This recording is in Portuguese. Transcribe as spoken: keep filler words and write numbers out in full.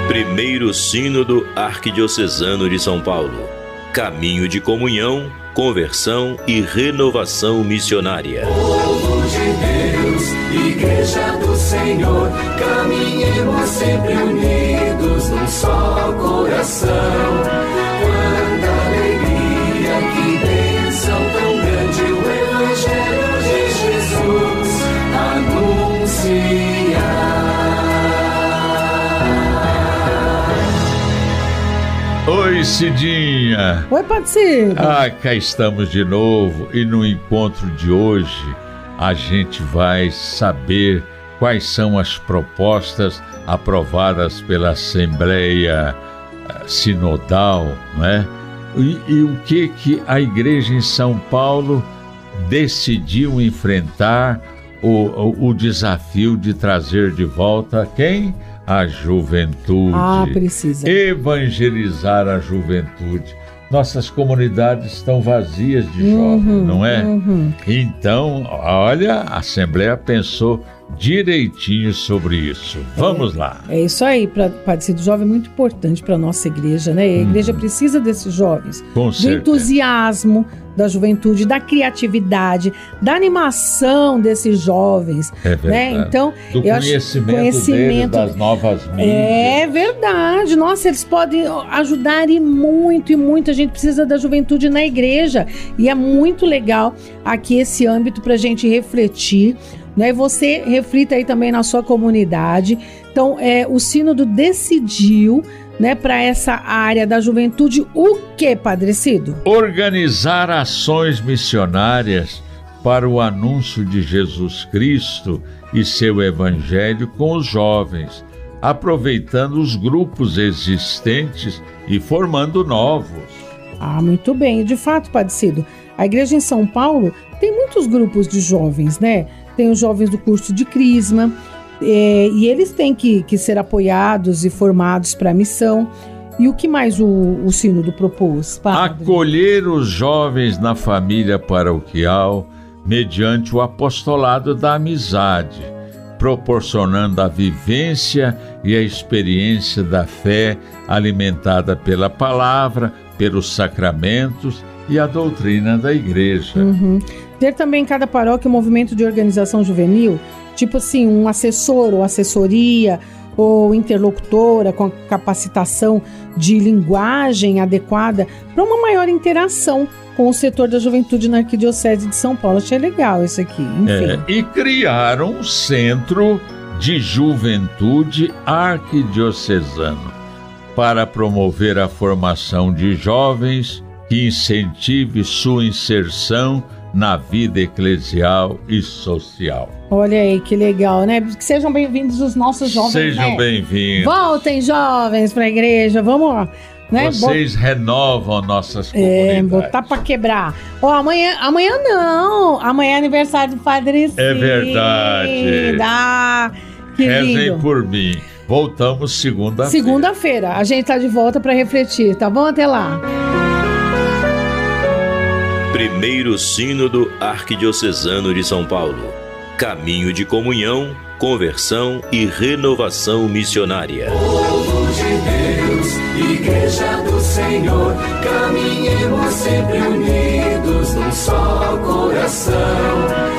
Primeiro Sínodo Arquidiocesano de São Paulo. Caminho de comunhão, conversão e renovação missionária. Povo de Deus, Igreja do Senhor, caminhemos sempre unidos num só coração. Quanta alegria, que bênção tão grande o Evangelho de Jesus anunciar. Oi, Cidinha. Oi, Padre. Ah, cá estamos de novo e no encontro de hoje a gente vai saber quais são as propostas aprovadas pela Assembleia Sinodal, não é? E, e o que, que a Igreja em São Paulo decidiu enfrentar o, o, o desafio de trazer de volta quem? A juventude. Ah, precisa. Evangelizar a juventude. Nossas comunidades estão vazias de uhum, jovens, não é? Uhum. Então, olha, a Assembleia pensou direitinho sobre isso. Vamos é, lá. É isso aí, Padre Cido. Jovem é muito importante para a nossa igreja, né? A igreja uhum. precisa desses jovens. Com do certeza. Entusiasmo da juventude, da criatividade, da animação desses jovens. É verdade. Né? Então, do eu conhecimento, acho, conhecimento deles, das novas mídias. É verdade. Nossa, eles podem ajudar e muito, e muito. A gente precisa da juventude na igreja. E é muito legal aqui esse âmbito para a gente refletir. Né? Você reflita aí também na sua comunidade. Então, é, o Sínodo decidiu, né, para essa área da juventude, o que, Padre Cido? Organizar ações missionárias para o anúncio de Jesus Cristo e seu Evangelho com os jovens, aproveitando os grupos existentes e formando novos. Ah, muito bem. De fato, Padre Cido, a Igreja em São Paulo tem muitos grupos de jovens, né? Tem os jovens do curso de Crisma, é, e eles têm que, que ser apoiados e formados para a missão. E o que mais o, o Sínodo propôs, Padre? Acolher os jovens na família paroquial mediante o apostolado da amizade, proporcionando a vivência e a experiência da fé alimentada pela palavra, pelos sacramentos e a doutrina da igreja. Uhum. Ter também em cada paróquia um movimento de organização juvenil, tipo assim, um assessor ou assessoria ou interlocutora com capacitação de linguagem adequada para uma maior interação com o setor da juventude na Arquidiocese de São Paulo. Achei legal isso aqui, enfim. É, e criar um centro de juventude arquidiocesano para promover a formação de jovens que incentive sua inserção na vida eclesial e social. Olha aí, que legal, né? Que sejam bem-vindos os nossos jovens. Sejam né? bem-vindos. Voltem, jovens, para a igreja. Vamos, né? Vocês Bot... renovam nossas comunidades. É, botar para quebrar. Ó, oh, amanhã, amanhã não. Amanhã é aniversário do Padre Cido. É verdade. Ah, que Rezem lindo. por mim. Voltamos segunda-feira. Segunda-feira. A gente tá de volta para refletir, tá bom? Até lá. Primeiro Sínodo Arquidiocesano de São Paulo. Caminho de comunhão, conversão e renovação missionária. Povo de Deus, Igreja do Senhor, caminhemos sempre unidos num só coração.